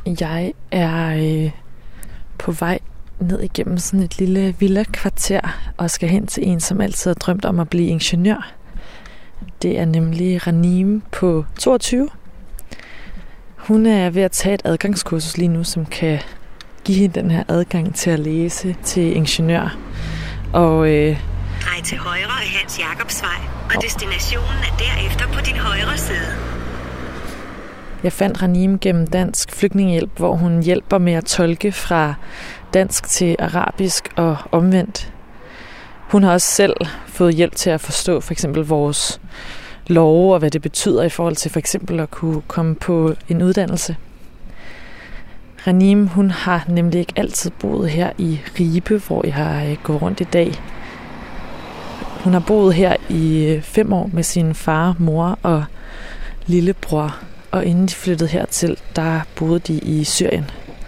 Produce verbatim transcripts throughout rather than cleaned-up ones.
Jeg er øh, på vej ned igennem sådan et lille villa-kvarter og skal hen til en, som altid har drømt om at blive ingeniør. Det er nemlig Raneem på toogtyve. Hun er ved at tage et adgangskursus lige nu, som kan give hende den her adgang til at læse til ingeniør. Og øh, drej til højre af Hans Jacobsvej, og destinationen er derefter på din højre side. Jeg fandt Raneem gennem Dansk Flygtningehjælp, hvor hun hjælper med at tolke fra dansk til arabisk og omvendt. Hun har også selv fået hjælp til at forstå for eksempel vores love og hvad det betyder i forhold til for eksempel at kunne komme på en uddannelse. Raneem, hun har nemlig ikke altid boet her i Ribe, hvor jeg har gået rundt i dag. Hun har boet her i fem år med sin far, mor og lillebror. Og inden de flyttede hertil, der boede de i Syrien.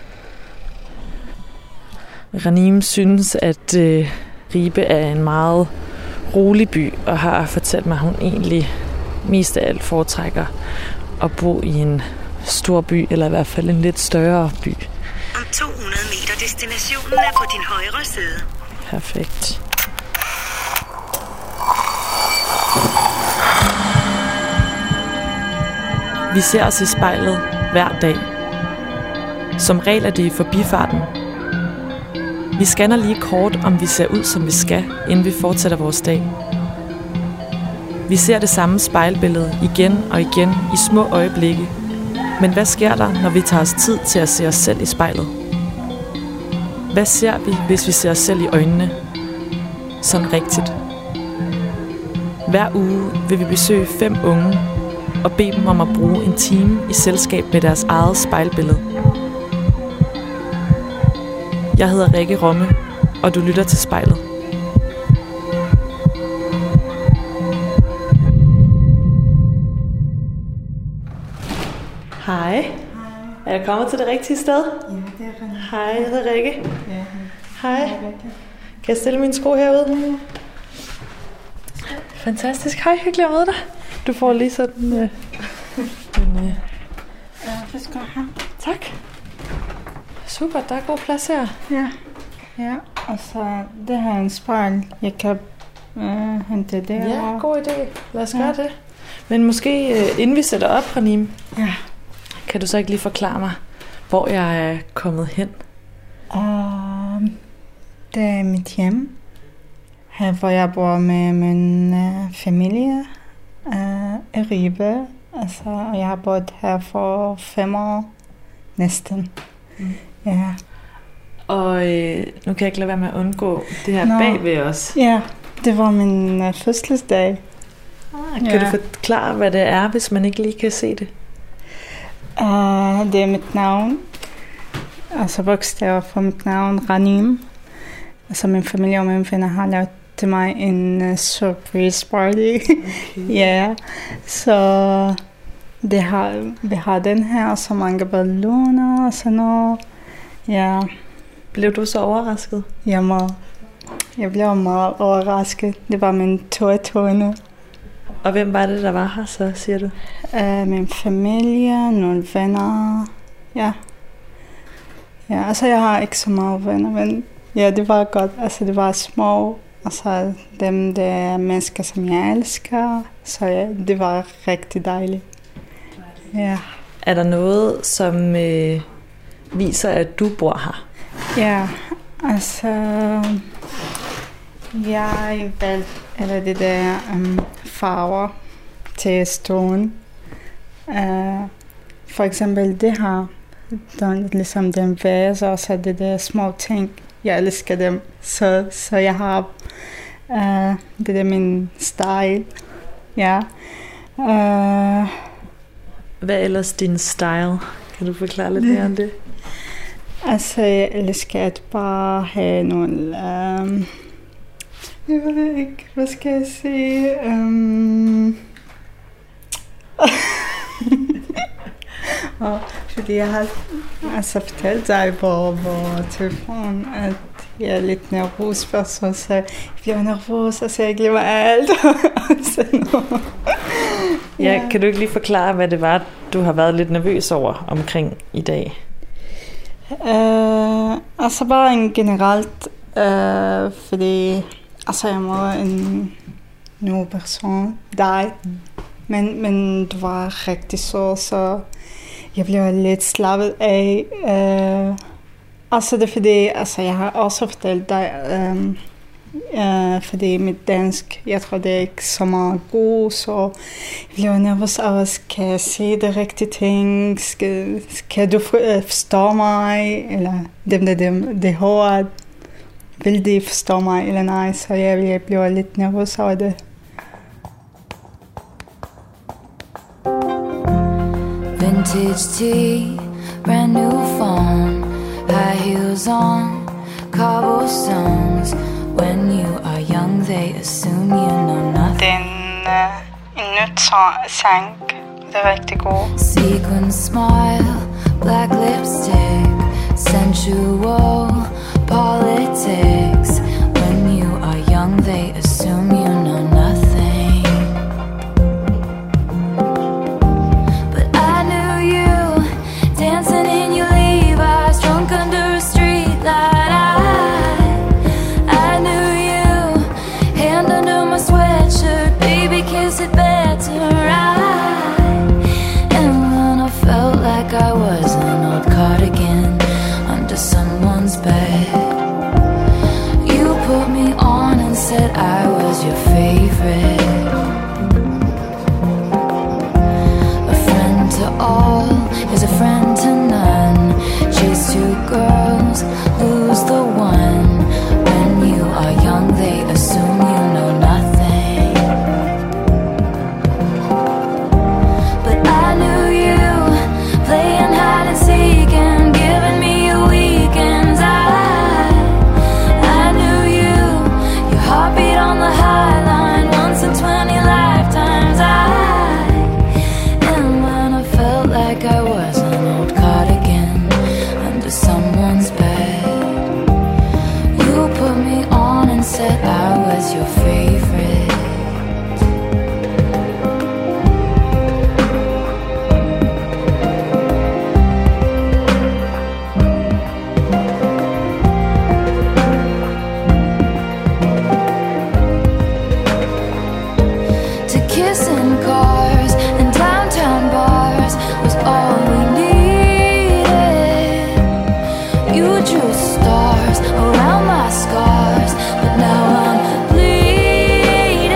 Raneem synes, at øh, Ribe er en meget rolig by, og har fortalt mig, at hun egentlig mest af alt foretrækker at bo i en stor by, eller i hvert fald en lidt større by. Om to hundrede meter destinationen er på din højre side. Perfekt. Vi ser os i spejlet hver dag. Som regel er det i forbifarten. Vi scanner lige kort, om vi ser ud, som vi skal, inden vi fortsætter vores dag. Vi ser det samme spejlbillede igen og igen i små øjeblikke. Men hvad sker der, når vi tager os tid til at se os selv i spejlet? Hvad ser vi, hvis vi ser os selv i øjnene? Sådan rigtigt. Hver uge vil vi besøge fem unge og bede dem om at bruge en time i selskab med deres eget spejlbillede. Jeg hedder Rikke Romme, og du lytter til Spejlet. Hej. Hej. Er jeg kommet til det rigtige sted? Ja, det er Rikke. Hej, jeg hedder Rikke. Ja. Hej. Kan jeg stille mine sko herude? Ja. Fantastisk. Hej, hyggelig at møde dig. Du får lige sådan øh, en... Øh. Ja, det skal jeg. Tak. Super, der er god plads her. Ja. Ja, og så det her er en spejl, jeg kan øh, hente der. Ja, god idé. Lad os ja. gøre det. Men måske øh, inden vi sætter op, Raneem, ja. kan du så ikke lige forklare mig, hvor jeg er kommet hen? Uh, det er mit hjem. Her hvor jeg bor med min uh, familie uh, i Ribe. Altså, og jeg har boet her for fem år næsten. Mm. Ja. Og øh, nu kan jeg ikke lade være med at undgå det her Nå. bag ved os. Ja, det var min uh, fødselsdag. Ah, kan ja. du forklare, hvad det er, hvis man ikke lige kan se det? Uh, det er mit navn. Altså bogstaver for mit navn, Raneem. Altså min familie og mine venner har lavet til mig en uh, surprise party. Okay. Ja, så det har, vi har den her, så mange balloner og sådan noget. Ja. Blev du så overrasket? Jeg, må, jeg blev meget overrasket. Det var min toetående. Og hvem var det, der var her, så siger du? Uh, min familie, nogle venner. Ja. Ja, altså jeg har ikke så mange venner, men ja, det var godt. Altså det var små. Altså dem, det er mennesker, som jeg elsker. Så ja, det var rigtig dejligt. Ja. Er der noget, som øh, viser, at du bor her? Ja, altså jeg valgte eller det der um, farver til ståen. Uh, for eksempel det her, den, ligesom den vase, og så det der små ting. Jeg elsker dem, så, så jeg har uh, det der min style. Ja. Uh, Hvad er ellers din style? Kan du forklare lidt mere om det? Altså, jeg elsker at bare have nogle... Um, jeg ved ikke, hvad skal jeg sige? Um, og fordi jeg har altså fortalt dig på, på telefonen, at jeg er lidt nervøs person, så jeg bliver nervøs, og så jeg glemmer alt. Ja, kan du ikke lige forklare, hvad det var, du har været lidt nervøs over omkring i dag? Uh, altså bare en generelt, uh, fordi altså jeg var en ny person, dig, mm. men, men du var rigtig så, så jeg blev lidt slappet af. Uh, altså det er fordi, altså jeg har også fortalt dig, um, uh, fordi mit dansk, jeg tror det er ikke så meget god, så jeg blev nervøs af, skal jeg sige de rigtige ting, skal, skal du forstå mig, eller dem der dem, det hårdt, vil de forstå mig eller nej, så jeg, jeg blev lidt nervøs af det. Vintage tea, brand new phone, high heels on, cobblestones. When you are young, they assume you know nothing. Den uh, en nyt sang, det er rigtig god. Sequin smile, black lipstick, sensual politics. When you are young, they assume you know nothing. But I knew you dancing in your Levi's, drunk under a street light. Kiss it better right. And when I felt like I was an old cardigan under someone's bed, you put me on and said I was your favorite. A friend to all is a friend to none. Chase two girls, lose the one. When you are young, they assume you know nothing. Said I was your favorite. To kiss in cars and downtown bars was all we needed. You drew stars around my scars, but now I'm bleeding.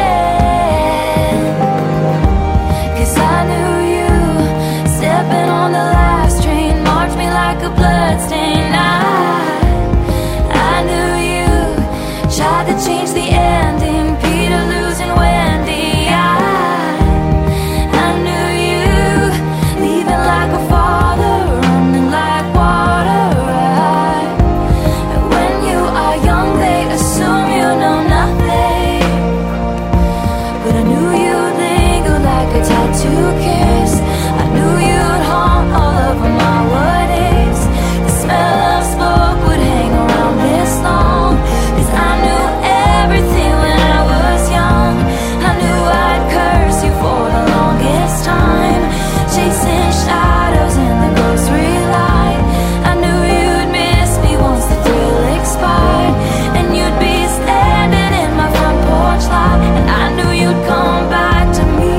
Cause I knew you stepping on the last train, marked me like a bloodstain. I, I knew you tried to change the ending, Peter losing Wendy. I, I knew you leaving like a father, running like water. I, when you are young, they assume you know nothing. But I knew you'd linger like a tattoo kiss. I knew you'd haunt all over my weddings. The smell of smoke would hang around this long. Cause I knew everything when I was young. I knew I'd curse you for the longest time, chasing shadows in the grocery line. I knew you'd miss me once the thrill expired, and you'd be standing in my front porch light. And I knew you'd come back to me.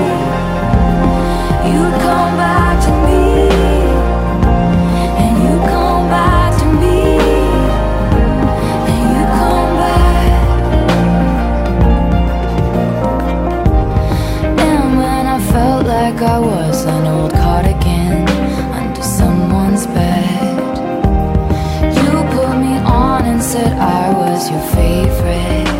You'd come back to me. And you'd come back to me. And you'd come back. And when I felt like I was an old cardigan under someone's bed, you put me on and said I was your favorite.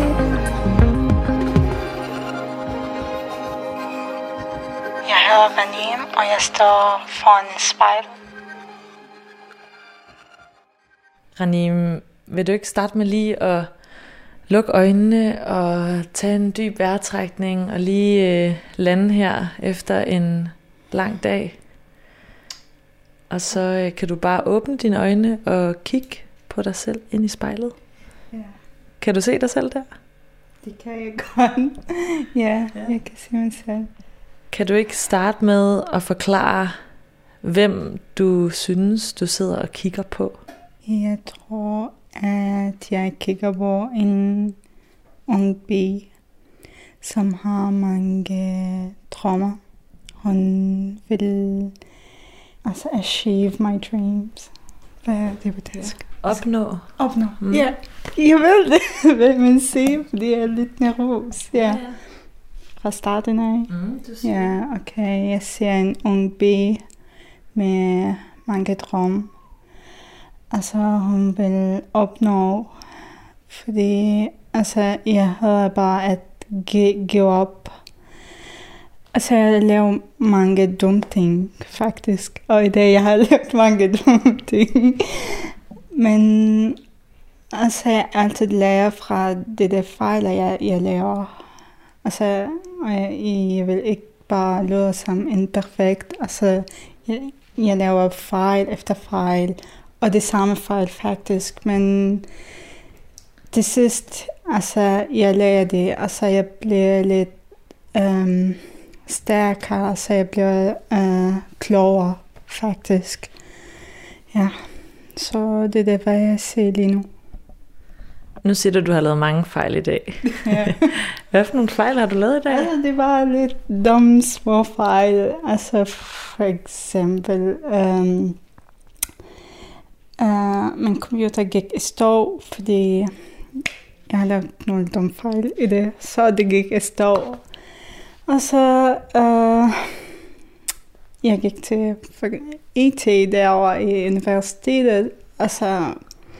Jeg hedder Ranim, og jeg står foran et spejl. Ranim, vil du ikke starte med lige at lukke øjnene og tage en dyb vejrtrækning og lige øh, lande her efter en lang dag? Og så øh, kan du bare åbne dine øjne og kigge på dig selv ind i spejlet. Ja. Kan du se dig selv der? Det kan jeg godt. Ja, ja, jeg kan se mig selv. Kan du ikke starte med at forklare, hvem du synes, du sidder og kigger på? Jeg tror, at jeg kigger på en ung pige, som har mange drømmer. Hun vil altså achieve my dreams. Hvad er det på dansk? Opnå. Opnå, mm. ja. Jeg ved det, hvad man siger, fordi jeg er lidt nervøs. Ja. Ja. Fra starten af. Mm, du siger. Ja, okay. Jeg ser en ung pige med mange drømme. Altså, hun vil opnå, fordi altså, jeg havde bare at give, give op. Altså, jeg laver mange dumme ting, faktisk. Og i dag, jeg har lavet mange dumme ting. Men altså, jeg altid lærer fra det der fejl, jeg, jeg laver. Altså, jeg, jeg vil ikke bare lyde som en perfekt. Altså, jeg, jeg laver fejl efter fejl. Og det samme fejl, faktisk. Men til sidst, altså, jeg lærer det. Altså, jeg bliver lidt øhm, stærkere. Så jeg bliver øh, klogere, faktisk. Ja. Så det er det, hvad jeg ser lige nu. Nu siger du, at du har lavet mange fejl i dag. Ja. Hvad for nogle fejl har du lavet i dag? Altså, det var lidt dumme små fejl. Altså for eksempel, um, uh, min computer gik i stå, fordi jeg har lavet nogle dumme fejl i det. Så det gik i stå. Og så uh, jeg gik til I T derovre i universitetet. Altså,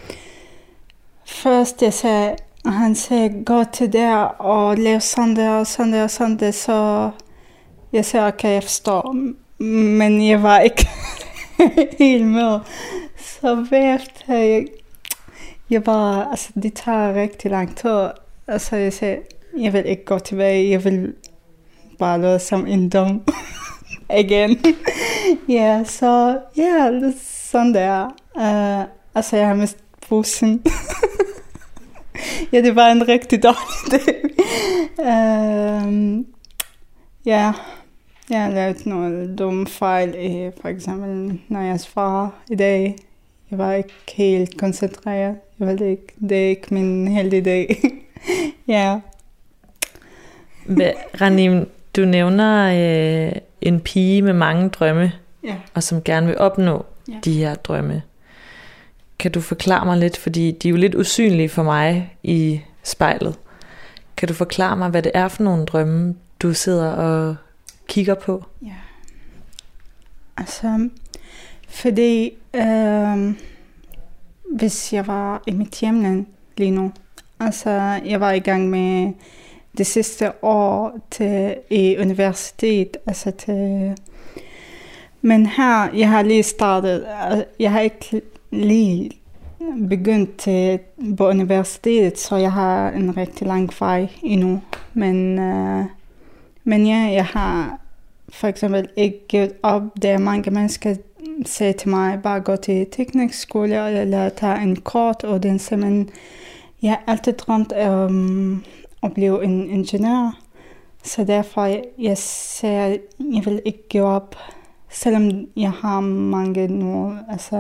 først jeg sagde, han sagde, gå til der og lav sådan der og sådan der og sådan der. Så jeg sagde, okay, jeg forstår. Men jeg var ikke helt med. Så bagefter, jeg, jeg bare, altså det tager rigtig lang tid. Altså jeg sagde, jeg vil ikke gå tilbage. Jeg vil bare lade som en dum. Igen. Ja, så ja, yeah, sådan der. Uh, altså, jeg har mistet bussen. Ja, det var en rigtig dårlig dag. uh, ja, jeg har lavet nogle dumme fejl. I, for eksempel, når jeg svarer i dag. Jeg var ikke helt koncentreret. Jeg ved ikke, det er ikke min heldige dag. Ja. Ranim, du nævner øh, en pige med mange drømme, ja. Og som gerne vil opnå ja. De her drømme. Kan du forklare mig lidt, fordi de er jo lidt usynlige for mig i spejlet. Kan du forklare mig, hvad det er for nogle drømme, du sidder og kigger på? Ja. Altså, fordi øh, hvis jeg var i mit hjemland lige nu, altså jeg var i gang med det sidste år til i universitet, altså til, men her, jeg har lige startet, jeg har ikke lige begyndt til på universitetet, så jeg har en rigtig lang vej endnu, men, uh, men ja, jeg har for eksempel ikke givet op, der mange mennesker sagde til mig, bare gå til teknisk skole, eller tage en kort uddannelse, men jeg har altid drømt om at blive en ingeniør. Så derfor jeg, jeg siger, jeg vil ikke give op, selvom jeg har mange nu, altså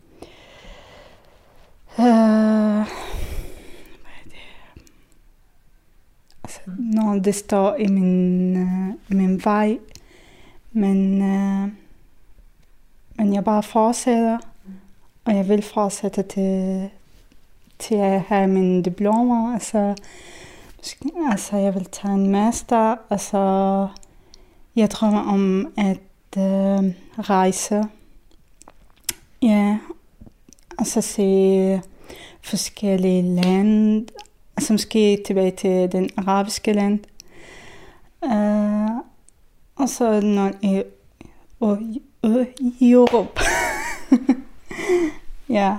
øh, hvad er det? Altså, når det står i min, øh, min vej, men øh, men jeg bare fortsætter, og jeg vil fortsætte til til at have mine diplomer, altså Altså, jeg vil tage en master. Altså, jeg drømmer om at øh, rejse. Ja, altså se forskellige lande. Altså, måske tilbage til den arabiske land. Uh, og så når i, og, og, i Europa. Ja.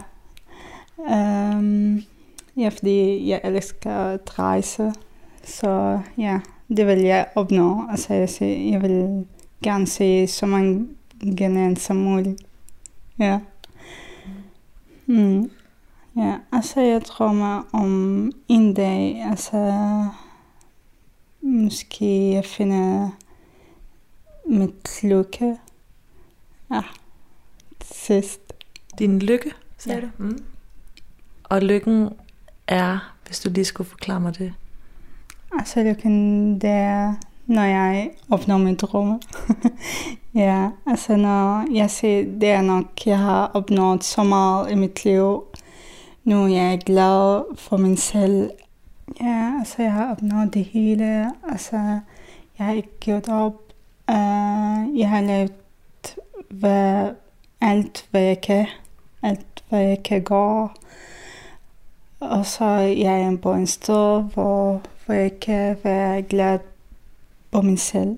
Um, Ja, fordi jeg elsker at rejse, så ja, det vil jeg opnå. Altså, jeg, siger, jeg vil gerne se så mange lande som muligt. Ja. Mm. Ja, altså jeg drømmer om en dag, altså måske jeg finder mit lykke. Ja, sidst. Din lykke, sagde Ja. du? Mm. Og lykken er, hvis du lige skulle forklare mig det. Altså lykken, det er, når jeg opnår min drømme. Ja, altså når jeg siger, det er nok, jeg har opnået så meget i mit liv. Nu er jeg glad for mig selv. Ja, altså jeg har opnået det hele. Altså, jeg har ikke gjort op. Uh, jeg har lavet hvad, alt, hvad jeg kan. Alt, hvad jeg kan gøre. Og så jeg er jeg på en sted, hvor, hvor jeg kan være glad på mig selv.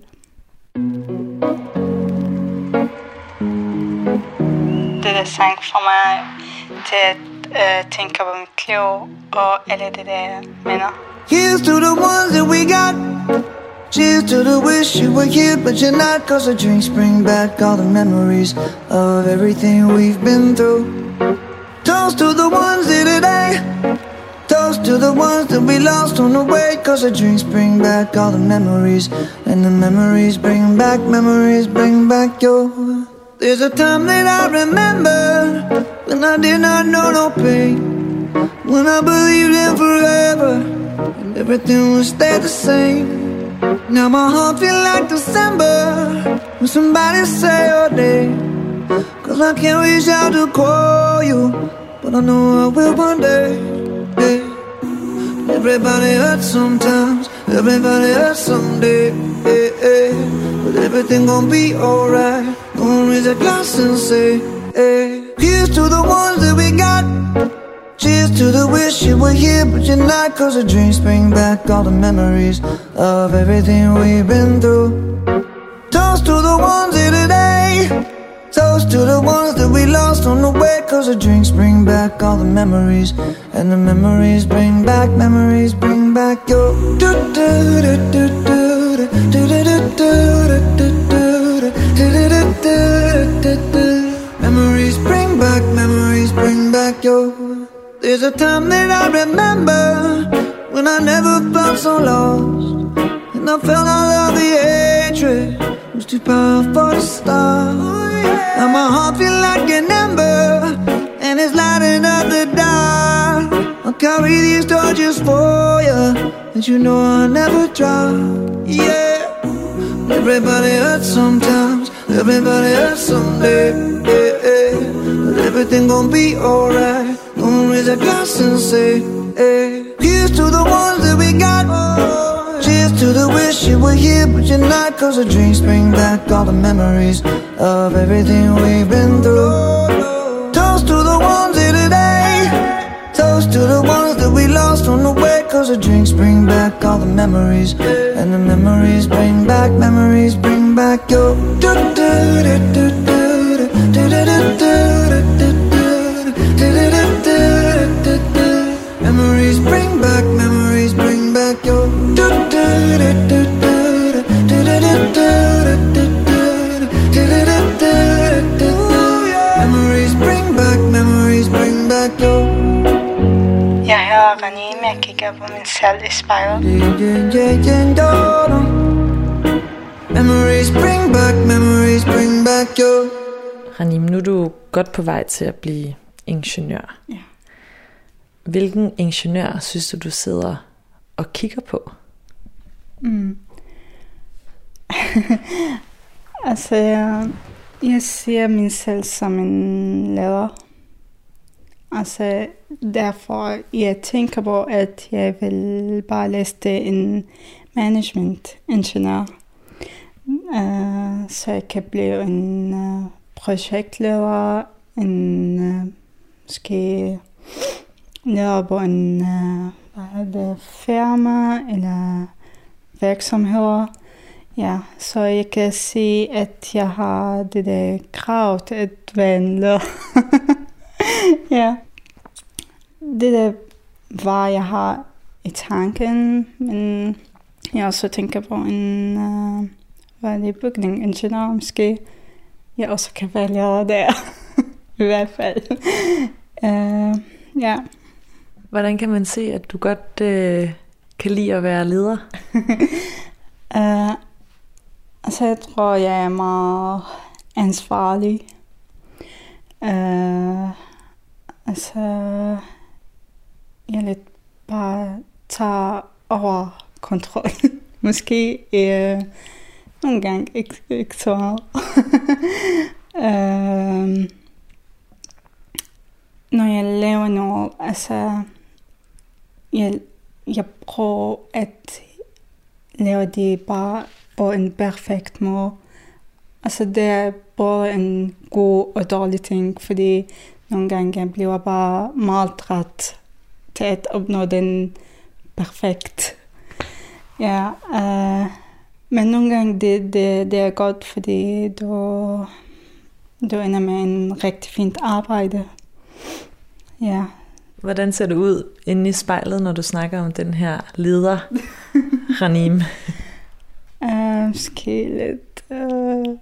Det er sang for mig til at uh, tænke på mit liv og alle det der minder. Here's to the ones that we got. Cheers to the wish you were here but you're not. Cause the drinks bring back all the memories of everything we've been through. Toast to the ones here today. Toast to the ones that we lost on the way. Cause the drinks bring back all the memories. And the memories bring back, memories bring back your. There's a time that I remember when I did not know no pain. When I believed in forever and everything would stay the same. Now my heart feel like December when somebody say your name. Cause I can't reach out to call you, but I know I will one day. Hey. Everybody hurts sometimes, everybody hurts someday. Hey, hey. But everything gon' be alright. Gonna raise a glass and say, hey. Here's to the ones that we got. Cheers to the wish you were here but you're not. Cause the dreams bring back all the memories of everything we've been through. Toast to the ones here today. Toast to the ones that we lost on the way. Cause the drinks bring back all the memories. And the memories bring back, memories bring back your. Memories bring back, memories bring back your. There's a time that I remember when I never felt so lost. And I felt all of the hatred was too powerful to stop. Now my heart feel like an ember and it's lighting up the dark. I'll carry these torches for you that you know I'll never drop. Yeah. Everybody hurts sometimes, everybody hurts someday. Yeah, yeah. But everything gon' be alright. Gonna raise a glass and say, hey. Here's to the ones that we got. Cheers to the wish you were here but you're not. Cause the drinks bring back all the memories of everything we've been through. Toast to the ones here today. Toast to the ones that we lost on the way. Cause the drinks bring back all the memories. And the memories bring back, memories bring back your. Memories bring back, memories bring back your. Memories bring back, memories bring back your. Jeg hører Ranim, jeg kigger på min selv i spejlet. Memories bring back, memories bring back your. Ranim, nu er du godt på vej til at blive ingeniør. Ja. Hvilken ingeniør synes du, du sidder og kigger på? Mm. altså, jeg, jeg ser mig selv som en leder. Altså, derfor jeg tænker på, at jeg vil bare læse det en management-ingeniør. Uh, så jeg kan blive en uh, projektleder, en uh, måske leder på en uh, hvad er det, firma eller virksomheder. Ja, så jeg kan sige, at jeg har det der krav til at være en leder. Ja. Det der var, jeg har i tanken, men jeg også tænker på en uh, hvad er det, bygningsingeniør måske. Jeg også kan være leder der. I hvert fald. Uh, ja. Hvordan kan man se, at du godt øh, kan lide at være leder? uh, altså, jeg tror, jeg er meget ansvarlig. Uh, altså, jeg lidt bare tager over kontrol. Måske uh, nogle gange ikke, ikke så meget. uh, når jeg laver noget, altså, jeg, jeg prøver at lave det bare på en perfekt måde. Altså, det er både en god og dårlig ting, fordi nogle gange jeg bliver bare meget træt til at opnå den perfekt. Ja, uh, men nogle gange det, det, det er godt, fordi du, du ender med en rigtig fint arbejde. Ja. Hvordan ser det ud inde i spejlet, når du snakker om den her leder, Raneem? Uh, måske lidt... Uh...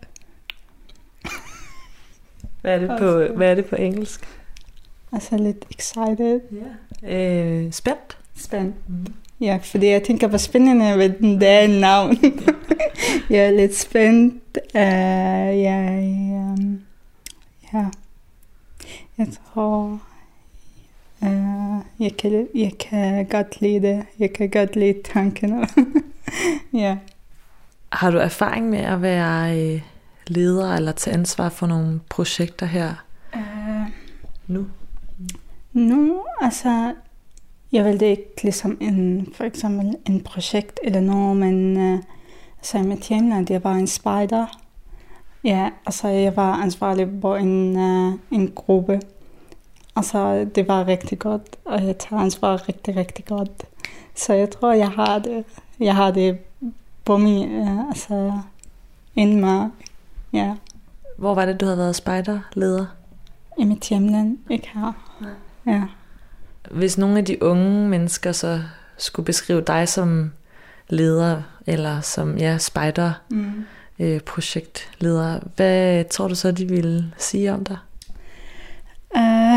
Hvad er det på, hvad er det på engelsk? Altså lidt excited. Yeah. Øh, spændt? Spændt. Mm. Ja, fordi jeg tænker, hvor spændende ved den der navn. Jeg er lidt spændt. Uh, jeg, um, ja. Jeg tror, uh, jeg, kan, jeg kan godt lide det. Jeg kan godt lide tankerne. Ja. Har du erfaring med at være øh, leder eller tage ansvar for nogle projekter her uh, nu? Nu, altså, jeg vil det ikke ligesom en, for eksempel en projekt eller noget, men uh, altså i mit hjemland, jeg var en spejder. Ja, altså jeg var ansvarlig på en, uh, en gruppe. Altså det var rigtig godt, og jeg tager ansvar rigtig, rigtig godt. Så jeg tror, jeg har det, jeg har det på mig, uh, altså inden mig, ja. Hvor var det, du havde været spejderleder? I mit hjemland, ikke her. Ja. Hvis nogle af de unge mennesker så skulle beskrive dig som leder, eller som ja, spejder, mm. øh, projektleder, hvad tror du så, de ville sige om dig? Uh,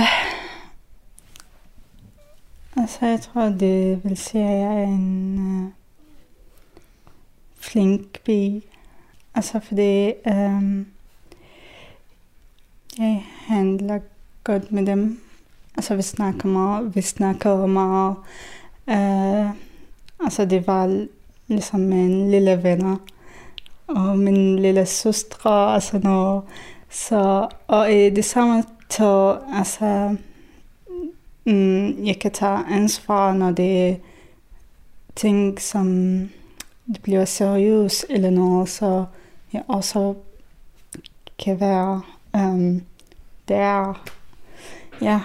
altså, jeg tror, det vil sige, at jeg er en uh, flink pige. Altså, fordi um, jeg handler godt med dem. Altså, vi snakker meget, vi snakker meget. Uh, altså, det var ligesom en lille venner. Og min lille søstre og sådan noget. Så, og det samme til, altså, mm, jeg kan tage ansvar, når det er ting, som det bliver seriøst eller noget, så jeg også kan være um, der. Ja.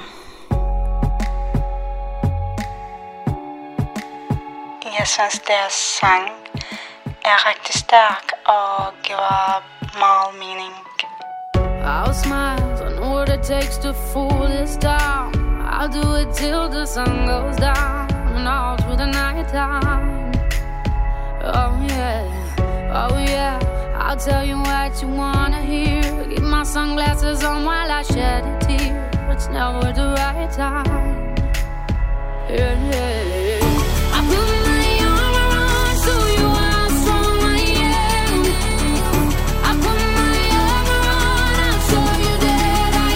Jeg synes, deres sang er rigtig stærk og giver meget mening. I'll smile, I know what it takes to fool this town. I'll do it till the sun goes down and all through the night time. Oh yeah, oh yeah, I'll tell you what you wanna hear. Keep my sunglasses on while I shed a tear. It's never the right time. Yeah, yeah, yeah. I put my arm around so you how strong I am. I put my arm around, I'll show you that I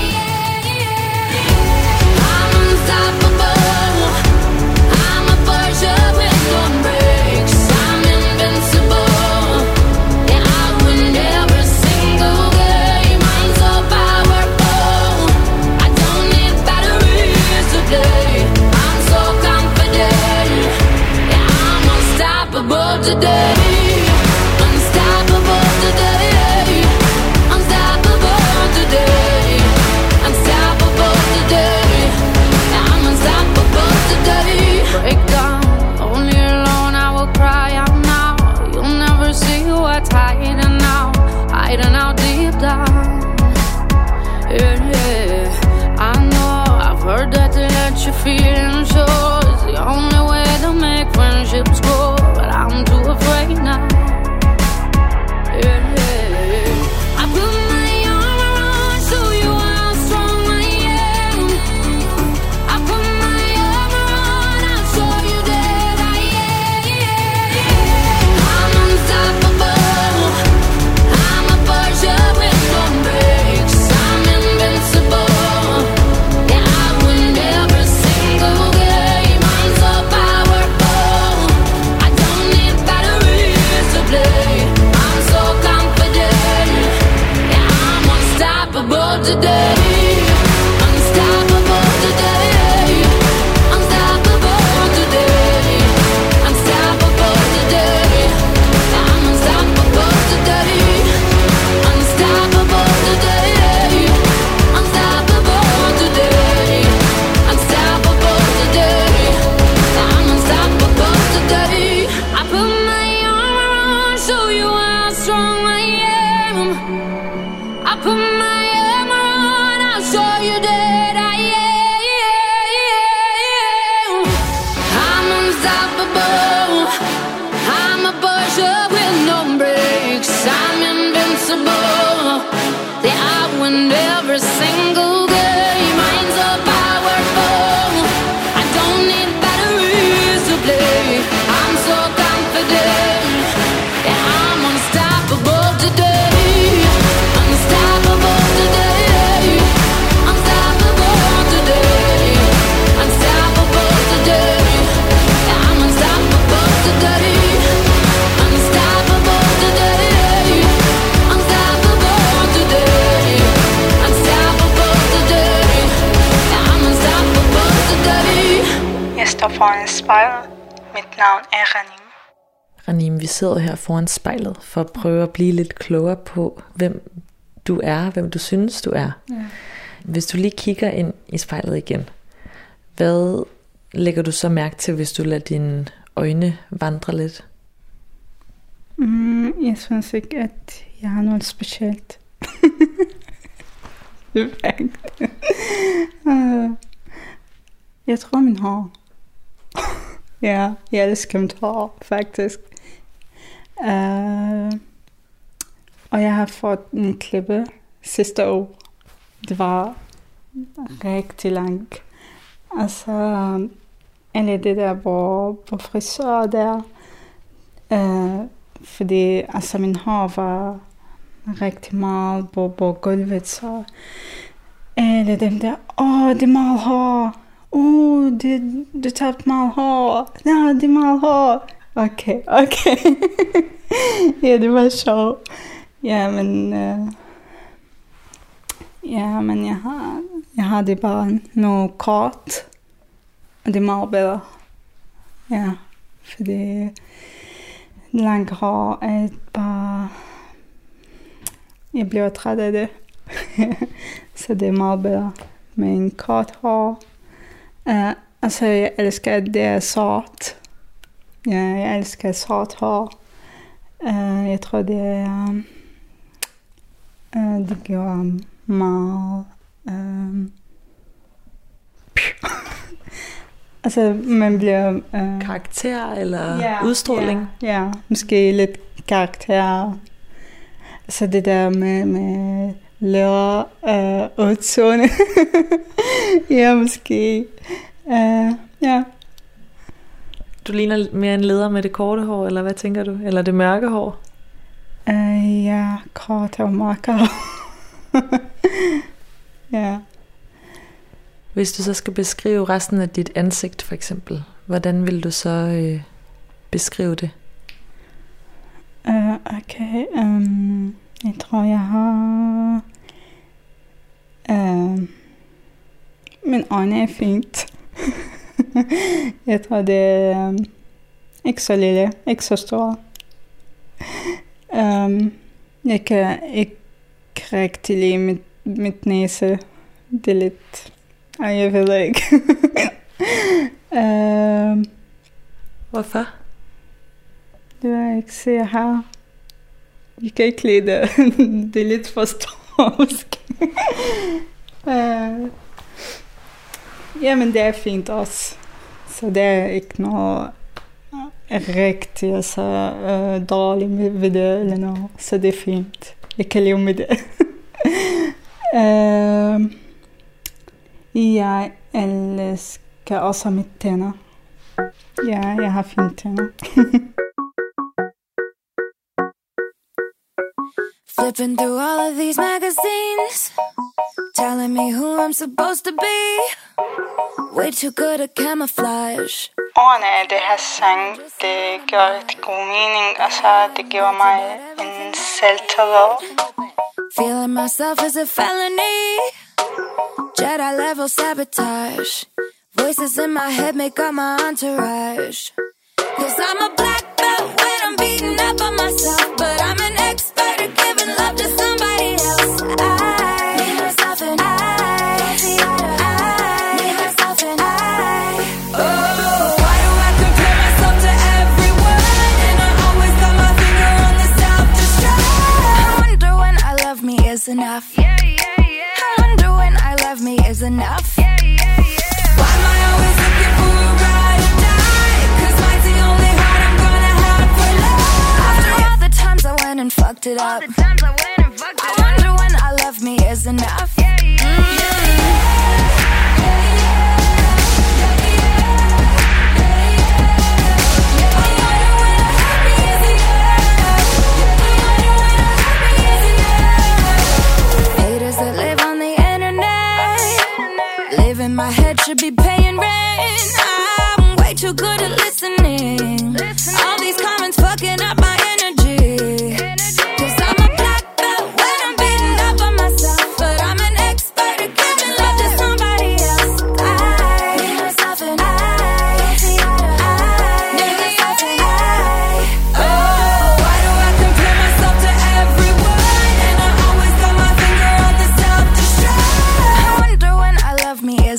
am. I'm unstoppable. I'm a Porsche with no brakes. I'm invincible. Yeah, I win every single game. I'm so powerful. I don't need batteries today. I'm so confident. Yeah, I'm unstoppable today. Unstoppable today. Unstoppable today. Unstoppable today. Yeah, I'm unstoppable today. Break down, only alone I will cry out now. You'll never see what's hiding out, hiding out deep down. Yeah, yeah. I know I've heard that to let you feel and show is the only way to make friendships grow, but I'm too afraid now. Yeah, yeah. I put my arm around, show you how strong I am. I put my arm around, I'll show you that I am. I'm unstoppable. I'm a Porsche with no brakes. I'm invincible. foran spejlet. Mit navn er Ranim. Ranim, vi sidder her foran spejlet for at prøve at blive lidt klogere på, hvem du er, hvem du synes, du er. Ja. Hvis du lige kigger ind i spejlet igen, hvad lægger du så mærke til, hvis du lader dine øjne vandre lidt? Mm, jeg synes ikke, at jeg har noget specielt. uh, jeg tror min hår. Ja, jeg elsker mit hår, faktisk. Uh, og jeg har fået en klippe sidste år. Det var rigtig langt. Altså, eller det der på, på frisør der. Uh, fordi altså, min hår var rigtig meget på, på gulvet. Så alle dem der, åh, det er meget hår. Åh, det, du tabte meget hår. Ja, det er meget hår. Okay, okay. Ja, det var sjovt. Ja, men... Uh, ja, men jeg har, jeg har det bare noget kort. Og det er meget bedre. Ja, fordi... Langt hår er bare... Jeg bliver træt af det. Så det er meget bedre med en kort hår. Uh, altså, jeg elsker, at det er sort. Ja, jeg elsker sort hår. Uh, jeg tror, det er... Uh, det gør meget... Uh, altså, man bliver... Uh, karakter eller yeah, udstråling? Ja, yeah, yeah, måske lidt karakter. Altså det der med, med lærer uh, og tone. Ja, måske. Uh, ja. Du ligner mere en leder med det korte hår, eller hvad tænker du? Eller det mørke hår? Uh, ja, kort og mørke hår. Ja. Hvis du så skal beskrive resten af dit ansigt, for eksempel, hvordan vil du så øh, beskrive det? Uh, okay, um, jeg tror, jeg har... Uh, min øjne er fint. Jeg tror, det er um, ikke så lille, ikke så stor. Um, jeg kan ikke rigtig lide mit, mit næse. Det er lidt... Ej, jeg ved ikke. uh, Hvorfor? Det vil jeg ikke se her. Jeg kan ikke lide det. Det er lidt for stort. uh, jamen, det er fint også. Så det er ikke noget rigtigt, altså uh, dårligt ved det eller noget. Så det er fint. Jeg kan leve med det. uh, jeg elsker også mit tænder. Ja, jeg har fine tænder. Flipping through all of these magazines, telling me who I'm supposed to be. Way too good at camouflage. Ordene af det her sang, det gør rigtig god mening. Altså, det giver mig en selvtillid. Feeling myself is a felony. Jedi level sabotage. Voices in my head make up my entourage. Cause I'm a black belt when I'm beating up on myself. But I'm an expert at giving love to somebody else. I need myself and I I need myself and I Oh, why do I compare myself to everyone? And I always got my finger on the self-destruct. I wonder when I love me is enough. Yeah, yeah, yeah. I wonder when I love me is enough. Yeah, yeah, yeah. Why am I always looking for a ride or die? Cause mine's the only heart I'm gonna have for life. After all the times I went and fucked it up, all the times I went and fucked it up, I wonder when I love me is enough. Yeah, yeah, yeah. My head should be paying rent. I'm way too good at listening. listening. All these comments fucking up my energy. Cause I'm a black belt when I'm beating up on myself. But I'm an expert at giving love to somebody else. I need myself and I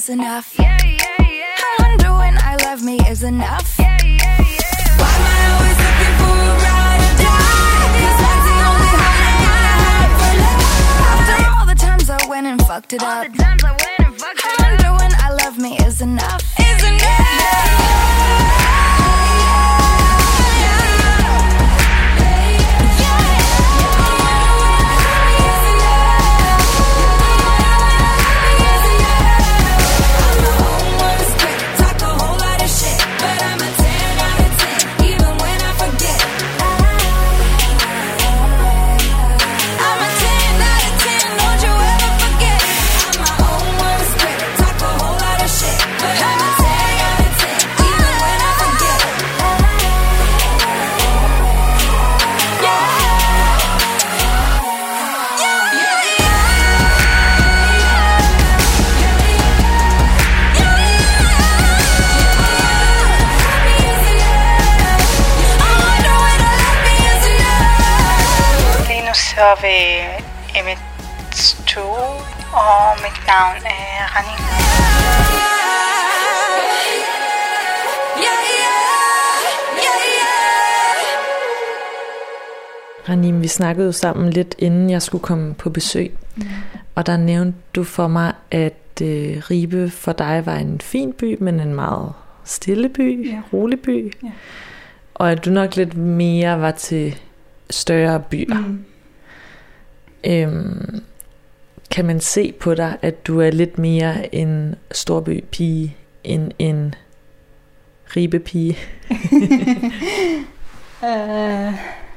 is enough. I wonder when I love me is enough. Why am I always looking for a ride or die? 'Cause that's the only high I have for love. After all the times I went and fucked it up, I wonder when I love me is enough. Is enough. Så er vi M et to, og mit navn er Ranim. Ranim, vi snakkede jo sammen lidt inden jeg skulle komme på besøg, mm. og der nævnte du for mig, at øh, Ribe for dig var en fin by, men en meget stille by, ja. rolig by, ja. og at du nok lidt mere var til større byer. Mm. Øhm, kan man se på dig, at du er lidt mere en storbypige end en Ribe-pige? uh,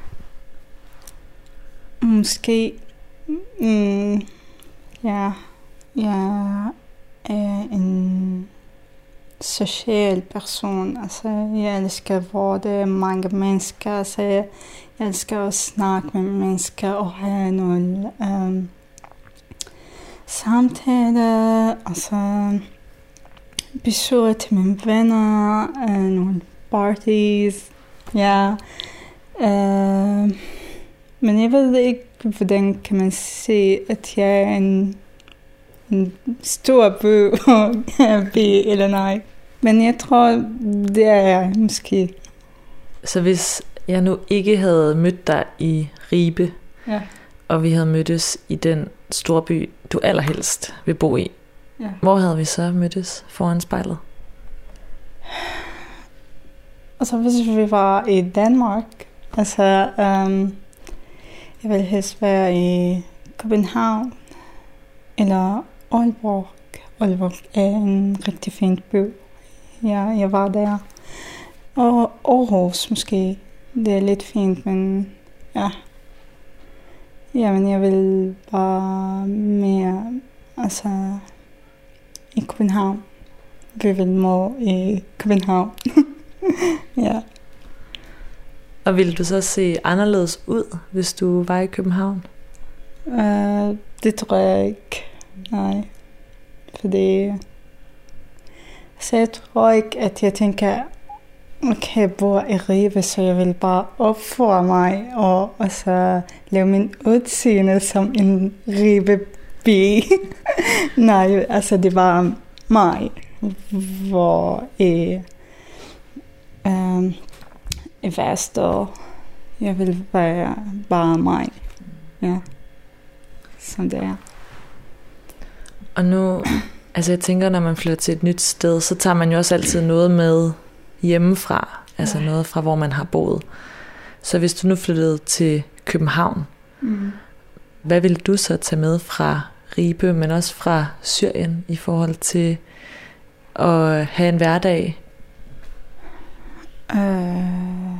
måske. Mm, ja, jeg er en social person. Altså, jeg elsker, hvor der er mange mennesker. Altså, jeg Jeg elsker at snakke med mennesker og have nogle um, samtaler, altså besøge til mine venner, uh, nogle parties, ja. Uh, men jeg ved ikke, hvordan kan man se, at jeg er en, en stor by, by eller nej. Men jeg tror, det er jeg måske. Så hvis jeg nu ikke havde mødt dig i Ribe, ja. og vi havde mødtes i den storby, du allerhelst vil bo i, ja. hvor havde vi så mødtes foran spejlet? Altså hvis vi var i Danmark, altså um, jeg ville helst være i København eller Aalborg. Aalborg er en rigtig fin by. Ja, jeg var der. Og Aarhus måske. Det er lidt fint, men ja. Jamen, jeg vil bare mere, altså, i København. Vi vil må i København. Ja. Og ville du så se anderledes ud, hvis du var i København? Uh, det tror jeg ikke. Nej. Fordi, så jeg tror ikke, at jeg tænker, okay, jeg bor i Ribe, så jeg vil bare opføre mig og, og så lave min udseende som en Ribe-bi. Nej, altså det var mig, hvor i, øh, i Værsted, jeg vil være bare mig. Ja, som det er. Og nu, altså jeg tænker, når man flytter til et nyt sted, så tager man jo også altid noget med hjemmefra, altså Nej. noget fra hvor man har boet. Så hvis du nu flyttede til København, mm. hvad vil du så tage med fra Ribe, men også fra Syrien i forhold til at have en hverdag? Uh,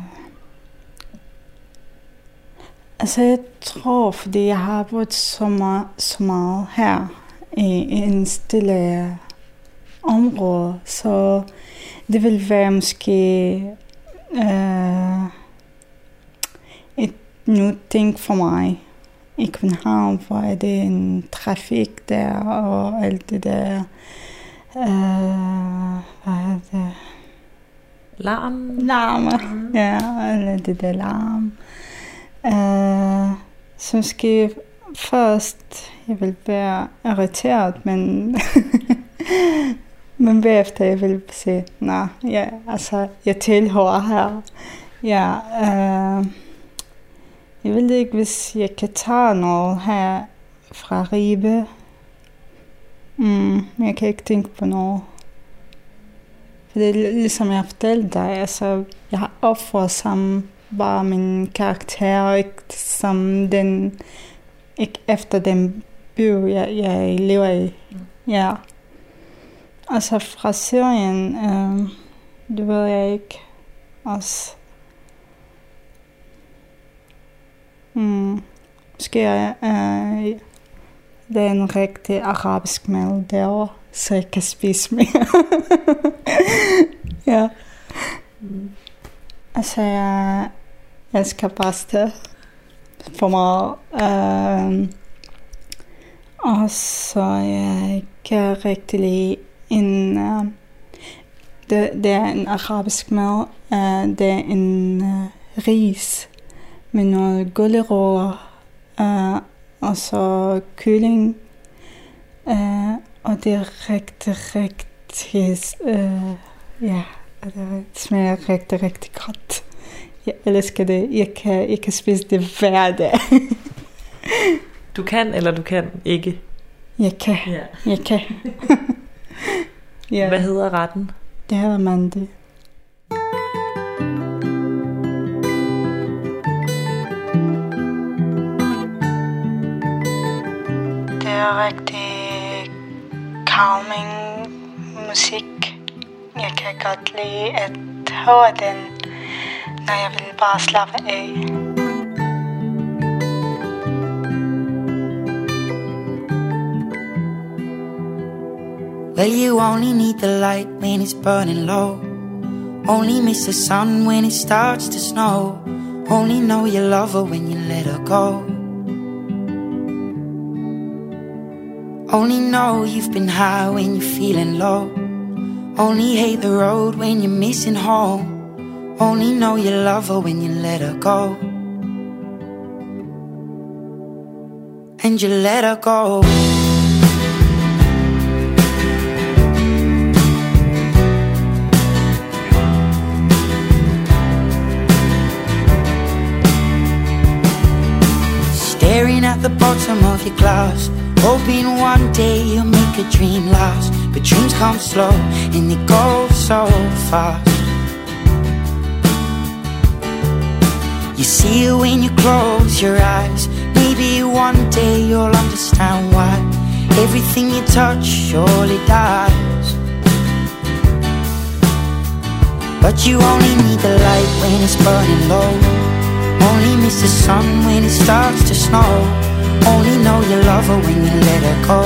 altså jeg tror, fordi jeg har boet så meget, så meget her i en stille område, så det vil være måske uh, et nyt ting for mig. I København, hvor er det en trafik der, og alt det der, uh, hvad er det? Larm? Larm, mm. ja, eller det der larm. Uh, så måske først, jeg vil være irriteret, men Men bagefter jeg vil sige, nej, ja, altså, jeg tilhører her. Ja, øh, jeg ved ikke, hvis jeg kan tage noget her fra Ribe. Mm, jeg kan ikke tænke på noget. For det er ligesom jeg fortalte dig, altså, jeg har offret som bare min karakter, og ikke som den, ikke efter den by, jeg, jeg lever i. Ja. Altså fra Syrien, øh, det ved jeg ikke. Også. Mm, måske øh, det er en rigtig arabisk mad derovre, så jeg kan spise mere. Ja. Mm. Altså, jeg elsker pasta for mig. Øh, og så jeg kan rigtig lide en... Uh, det, det er en arabisk mad. Uh, det er en uh, ris med noget gulerødder. Uh, og så kylling. Uh, og det er rigtig, rigtig... Uh, ja, det smager rigtig, rigtig godt. Jeg elsker det. Jeg kan, jeg kan spise det hver dag. Du kan, eller du kan ikke? Jeg kan. Ja. Jeg kan. Ja. Hvad hedder retten? Det hedder mandi. Det er rigtig calming musik. Jeg kan godt lide at høre den, når jeg vil bare slappe af. Well, you only need the light when it's burning low. Only miss the sun when it starts to snow. Only know you love her when you let her go. Only know you've been high when you're feeling low. Only hate the road when you're missing home. Only know you love her when you let her go. And you let her go. Staring at the bottom of your glass, hoping one day you'll make a dream last. But dreams come slow and they go so fast. You see it when you close your eyes. Maybe one day you'll understand why everything you touch surely dies. But you only need the light when it's burning low. Only miss the sun when it starts to snow. Only know you love her when you let her go.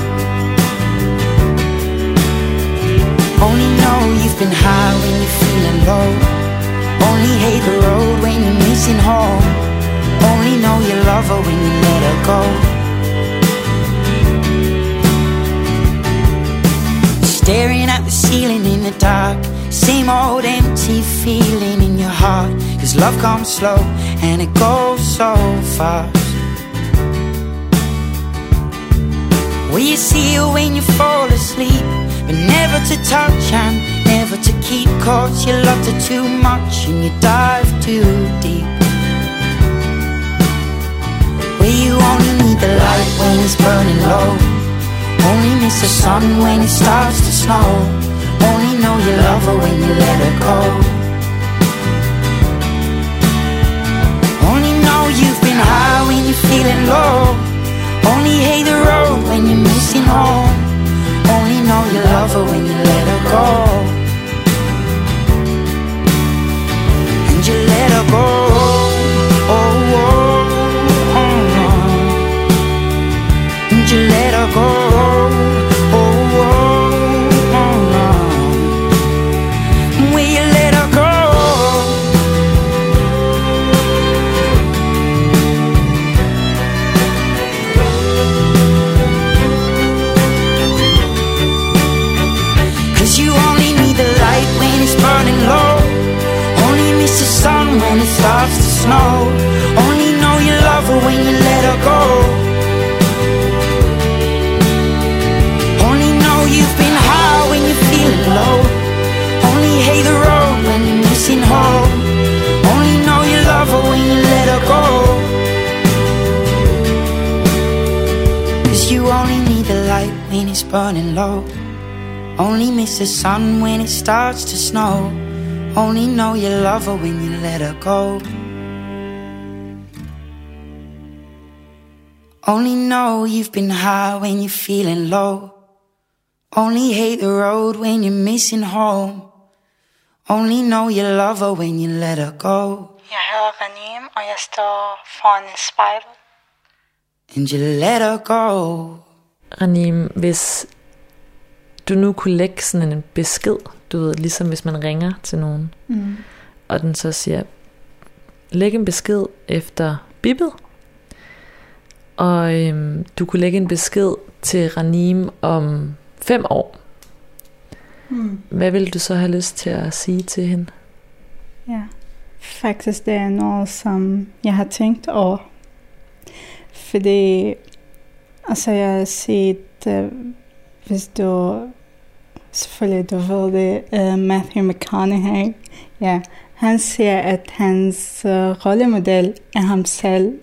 Only know you've been high when you're feeling low. Only hate the road when you're missing home. Only know you love her when you let her go. Staring at the ceiling in the dark, same old empty feeling in your heart. Cause love comes slow and it goes so fast. Will you see her when you fall asleep, but never to touch and never to keep? Cause you loved her too much and you dive too deep. Where you only need the light when it's burning low. Only miss the sun when it starts to snow. Only know you love her when you let her go. Only know you've been high when you're feeling low. Only hate the road when you're missing home. Only know you love her when you let her go. And you let her go. Oh, oh, oh, oh. And you let her go. Oh, oh, oh, oh. Will you let her go? You only need the light when it's burning low. Only miss the sun when it starts to snow. Only know you love her when you let her go. Only know you've been Only miss the sun when it starts to snow. Only know you love her when you let her go. Only know you've been high when you're feeling low. Only hate the road when you're missing home. Only know you love her when you let her go. Jeg hedder Ranim, og jeg står foran et spejl. And you let her go. Ranim, hvis du nu kunne lægge sådan en besked, du ved, ligesom hvis man ringer til nogen, mm. og den så siger, læg en besked efter bippet, og øhm, du kunne lægge en besked til Ranim om fem år. Mm. Hvad ville du så have lyst til at sige til hende? Ja, faktisk det er noget, som jeg har tænkt over. Fordi, altså jeg har set, uh, hvis du, selvfølgelig du ved det, uh, Matthew McConaughey, ja, han siger, at hans uh, rollemodel er ham selv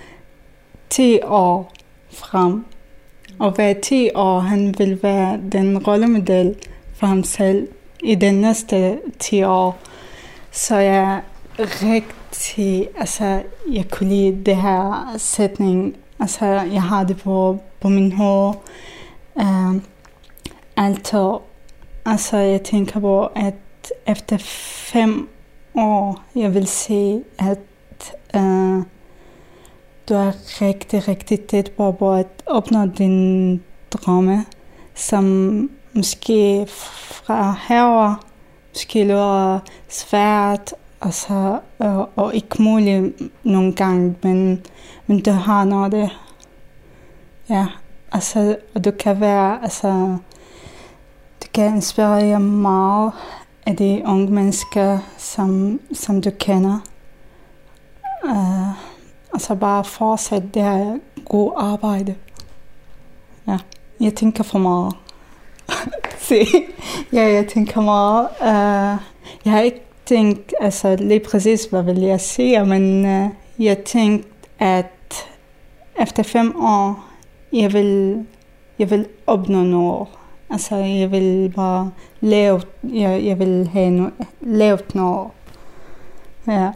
ti år frem. Og hver ti år, han vil være den rollemodel for ham selv i den næste ti år. Så jeg rigtig, altså jeg kunne lide det her sætning, altså jeg har det på, på min hoved. Uh, altid, altså jeg tænker på, at efter fem år, jeg vil sige, at uh, du er rigtig, rigtig tæt på, på at opnå din drømme, som måske fra herover, måske lyder svært, altså, og, og ikke muligt nogle gange, men, men du har noget det. Ja, altså, og du kan være, altså, du kan inspirere meget af de unge mennesker, som, som du kender. Uh, altså bare fortsætte det her gode arbejde. Ja, jeg tænker for meget. Se, ja, jeg tænker meget. Uh, jeg har ikke tænkt, altså lige præcis, hvad vil jeg sige, men uh, jeg tænkte, at efter fem år, jeg vil, jeg vil opnå noget. Altså, jeg vil bare lave, jeg, jeg vil have no, lavet noget. Ja.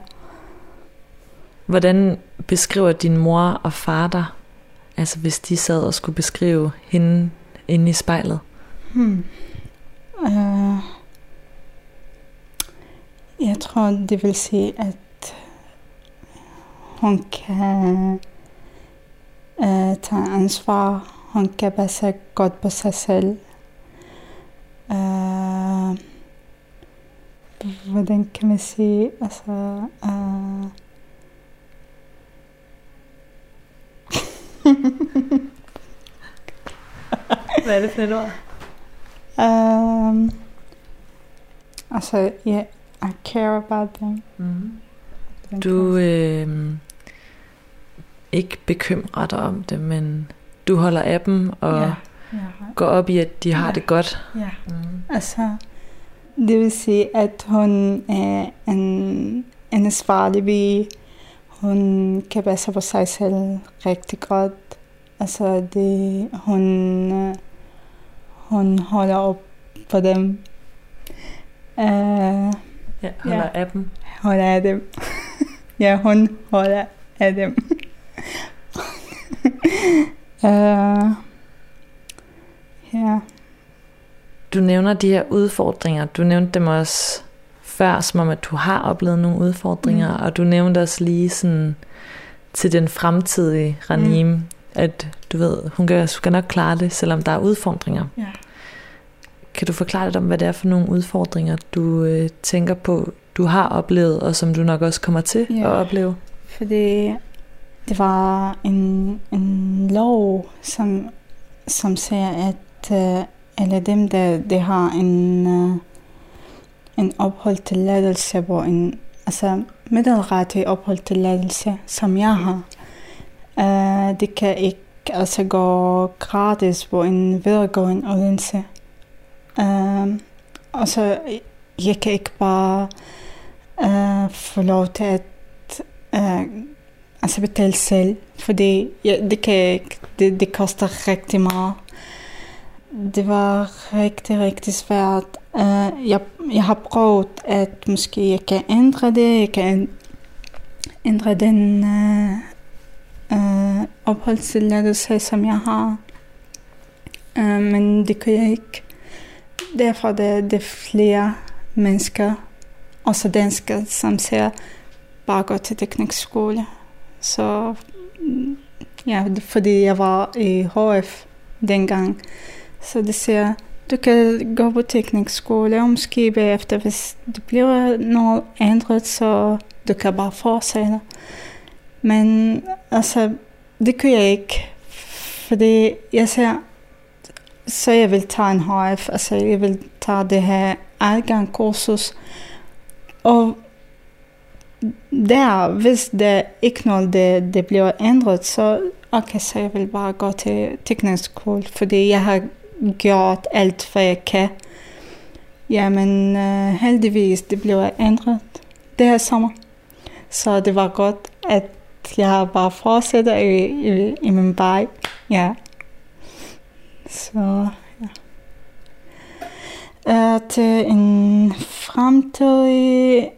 Hvordan beskriver din mor og far dig? Altså, hvis de sad og skulle beskrive hende inde i spejlet? Hmm. Uh, jeg tror, det vil sige, at hun kan uh, tage ansvar. Hun kan passe godt på sig selv. Uh, hvordan kan man sige? Altså... Uh, Hvad er det for et ord? Um, altså, yeah, I care about them. Mm. Du øh, ikke bekymrer dig om det, men du holder af dem og yeah. Yeah. går op i, at de har yeah. det godt. Ja, yeah. mm. altså, det vil sige, at hun er en, en ansvarlig pige. Hun kan passe på sig selv rigtig godt. Altså, det, hun, hun holder op på dem. Uh, ja, holder ja. af dem. Holder af dem. Ja, hun holder af dem. uh, ja. Du nævner de her udfordringer. Du nævnte dem også før, som om at du har oplevet nogle udfordringer, mm. og du nævnte også lige sådan til den fremtidige Ranim, mm. at du ved, hun kan, hun skal nok klare det, selvom der er udfordringer. Ja. Kan du forklare lidt om, hvad det er for nogle udfordringer, du øh, tænker på, du har oplevet, og som du nok også kommer til ja. at opleve? Fordi det var en, en lov, som, som siger, at uh, alle dem, der, der har en, uh, en opholdstilladelse, hvor en, altså middelrettig opholdstilladelse, som jeg har, uh, det kan ikke altså gå gratis på en videregående uddannelse. Uh, og så jeg kan ikke bare uh, få lov til at uh, altså betale selv, fordi ja, det kan ikke, det, det koster rigtig meget. det var rigtig, rigtig svært. Uh, jeg, jeg har prøvet, at måske jeg kan ændre det, jeg kan ændre den uh, uh, opholdstilladelse, som jeg har. Uh, men det kan jeg ikke. Derfor det, det er flere mennesker, også danskere, som siger, bare gå til teknisk skole. Så ja, fordi jeg var i H F dengang, så det siger, du kan gå på teknisk skole, og måske bagefter, hvis det bliver noget ændret, så du kan bare fortsætte. Men altså, det kan jeg ikke, fordi jeg siger, så jeg vil tage en H F, altså jeg vil tage det her adgangskursus, og der, hvis det ikke noget, det, det bliver ændret, så okay, så jeg vil bare gå til teknisk skole, fordi jeg har gjort alt, hvad jeg kan. Jamen, uh, heldigvis, det bliver ændret det her sommer. Så det var godt, at jeg bare fortsætter i, i, i min vej. Ja. Så, ja. Uh, til en fremtidig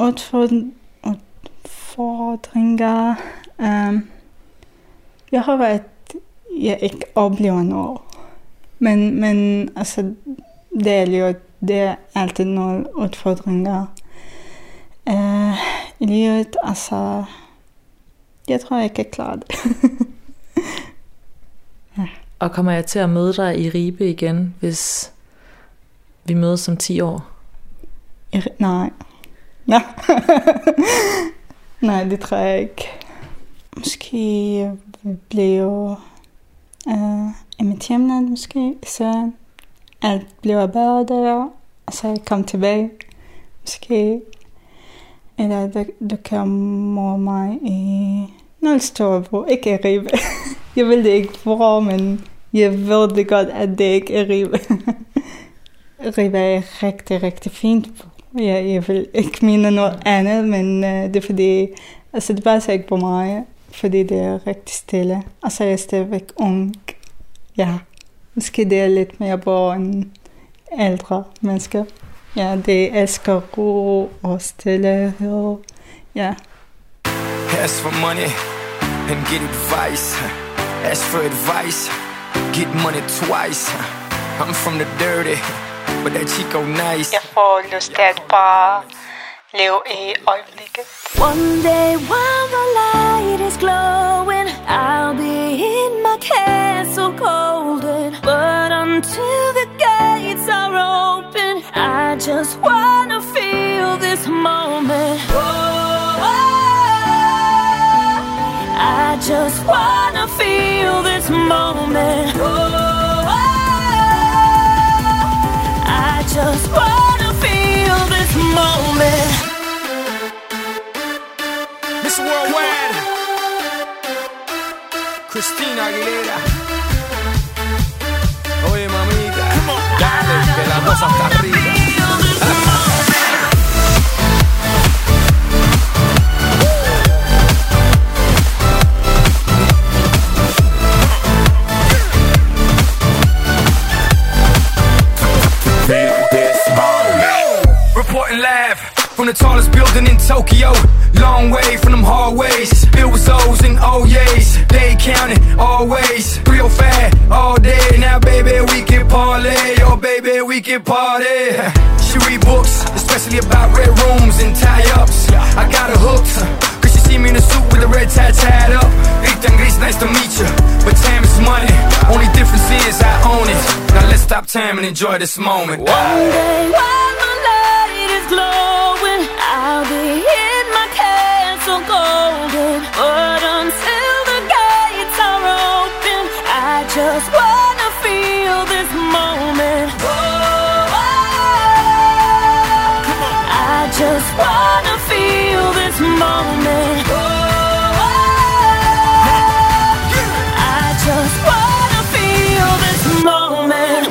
udfordringer. Um, jeg håber, at jeg ikke oplever noget. Men, men altså, det er jo det er altid nogle udfordringer. Uh, I livet, altså, jeg tror, jeg kan klare det. Ja. Og kommer jeg til at møde dig i Ribe igen, hvis vi mødes om ti år? I, nej. Nej. Nej, det tror jeg ikke. Måske bliver uh, i mit hjemland, måske, så alt bliver bedre der, og så jeg kommer tilbage. Måske, eller du, du kommer mig i Nulstorbo, ikke i Ribe. Jeg vil det ikke bruge, men jeg ved det godt, at det ikke er Ribe. Ribe er rigtig, rigtig fint. Ja, jeg vil ikke mene noget andet, men uh, det er fordi, altså det passer ikke på mig, fordi det er rigtig stille. Og så er jeg stadigvæk ung. Ja, måske det er lidt mere på en ældre mennesker. Ja, det elsker ro og stillehed. Ja. Ask for money and get advice. Ask for advice, get money twice. I'm from the dirty, but that Chico nice. Jeg får lyst til at bare leve i øjeblikket. One day while the light is glowing, I'll be in my castle golden. But until the gates are open, I just wanna feel this moment. Oh, I just wanna feel this moment. Oh, I just wanna feel this moment. Miss Worldwide, Christina Aguilera. Oye mamita, dale que la cosa está rica. Reporting live from the tallest building in Tokyo. Long way from them hallways, filled with O's and O's. They counting always, real fat all day. Now baby we can parlay, oh baby we can party. She read books, especially about red rooms and tie-ups. I got her hooked, cause she see me in a suit with a red tie tied up. Ethan Gris, nice to meet you, but time is money. Only difference is I own it. Now let's stop time and enjoy this moment. One day while the light is glowing, I'll be in my castle golden. But until the gates are open, I just wanna feel this moment. Oh, I just wanna feel this moment. Oh, I just wanna feel this moment.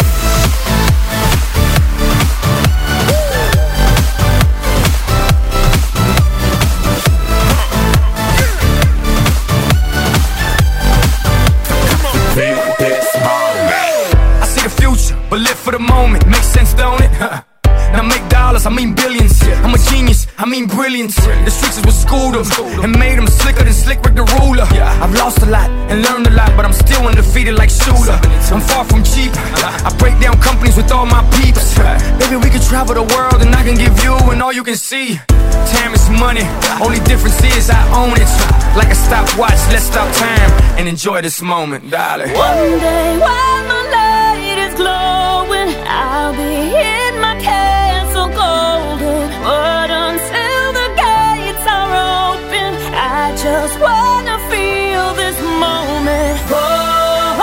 brilliance. The streets is what schooled them and made them slicker than Slick Rick the Ruler. I've lost a lot and learned a lot, but I'm still undefeated like Shooter. I'm far from cheap. I break down companies with all my peeps. Baby, we can travel the world and I can give you and all you can see. Time is money, only difference is I own it. Like a stopwatch, let's stop time and enjoy this moment, darling. One day when my light is glowing, I'll be in my castle golden. But until the gates are open, I just wanna feel this moment. Oh,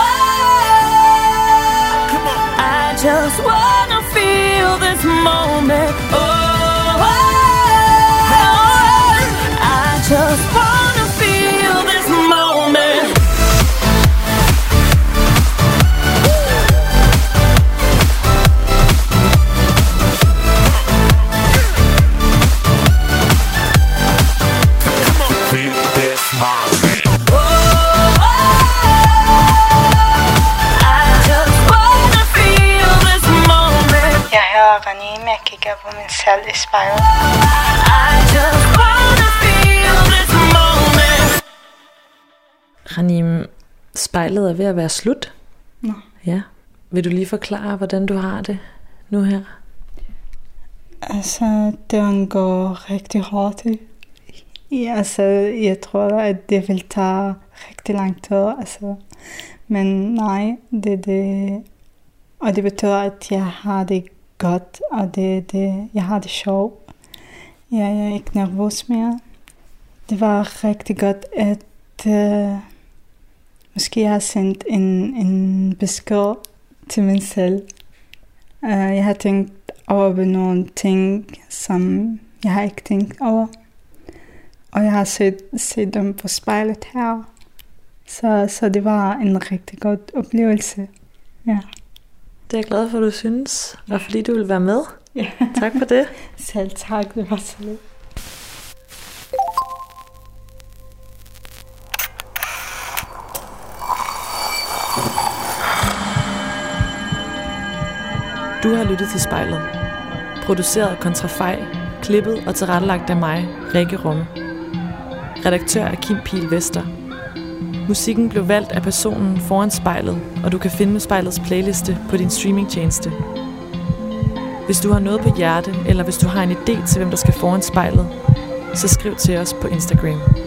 I just wanna feel this moment. Oh, I just wanna feel this moment. Ranim, jeg kigger på mig selv i spejlet. Ranim, spejlet er ved at være slut. Nå. Ja. Vil du lige forklare, hvordan du har det nu her? Altså, den går rigtig hurtigt. Ja, altså, jeg tror, at det vil tage rigtig lang tid. Altså. Men nej, det det. Og det betyder, at jeg har det godt, og det, det, jeg har det sjovt. Ja, jeg er ikke nervøs mere. Det var rigtig godt, at uh, måske jeg har sendt en, en besked til mig selv. Uh, jeg har tænkt over nogle ting, som jeg har ikke tænkt over. Og jeg har set, set dem på spejlet her. Så, så det var en rigtig god oplevelse. Ja. Det er jeg glad for, at du synes, og fordi du vil være med. Ja. Tak for det. Selv tak, det var så lidt. Du har lyttet til Spejlet. Produceret af Kontrafej, klippet og tilrettelagt af mig, Rikke Rumme. Redaktør er Kim Pihl Vester. Musikken blev valgt af personen foran spejlet, og du kan finde Spejlets playliste på din streamingtjeneste. Hvis du har noget på hjerte, eller hvis du har en idé til, hvem der skal foran spejlet, så skriv til os på Instagram.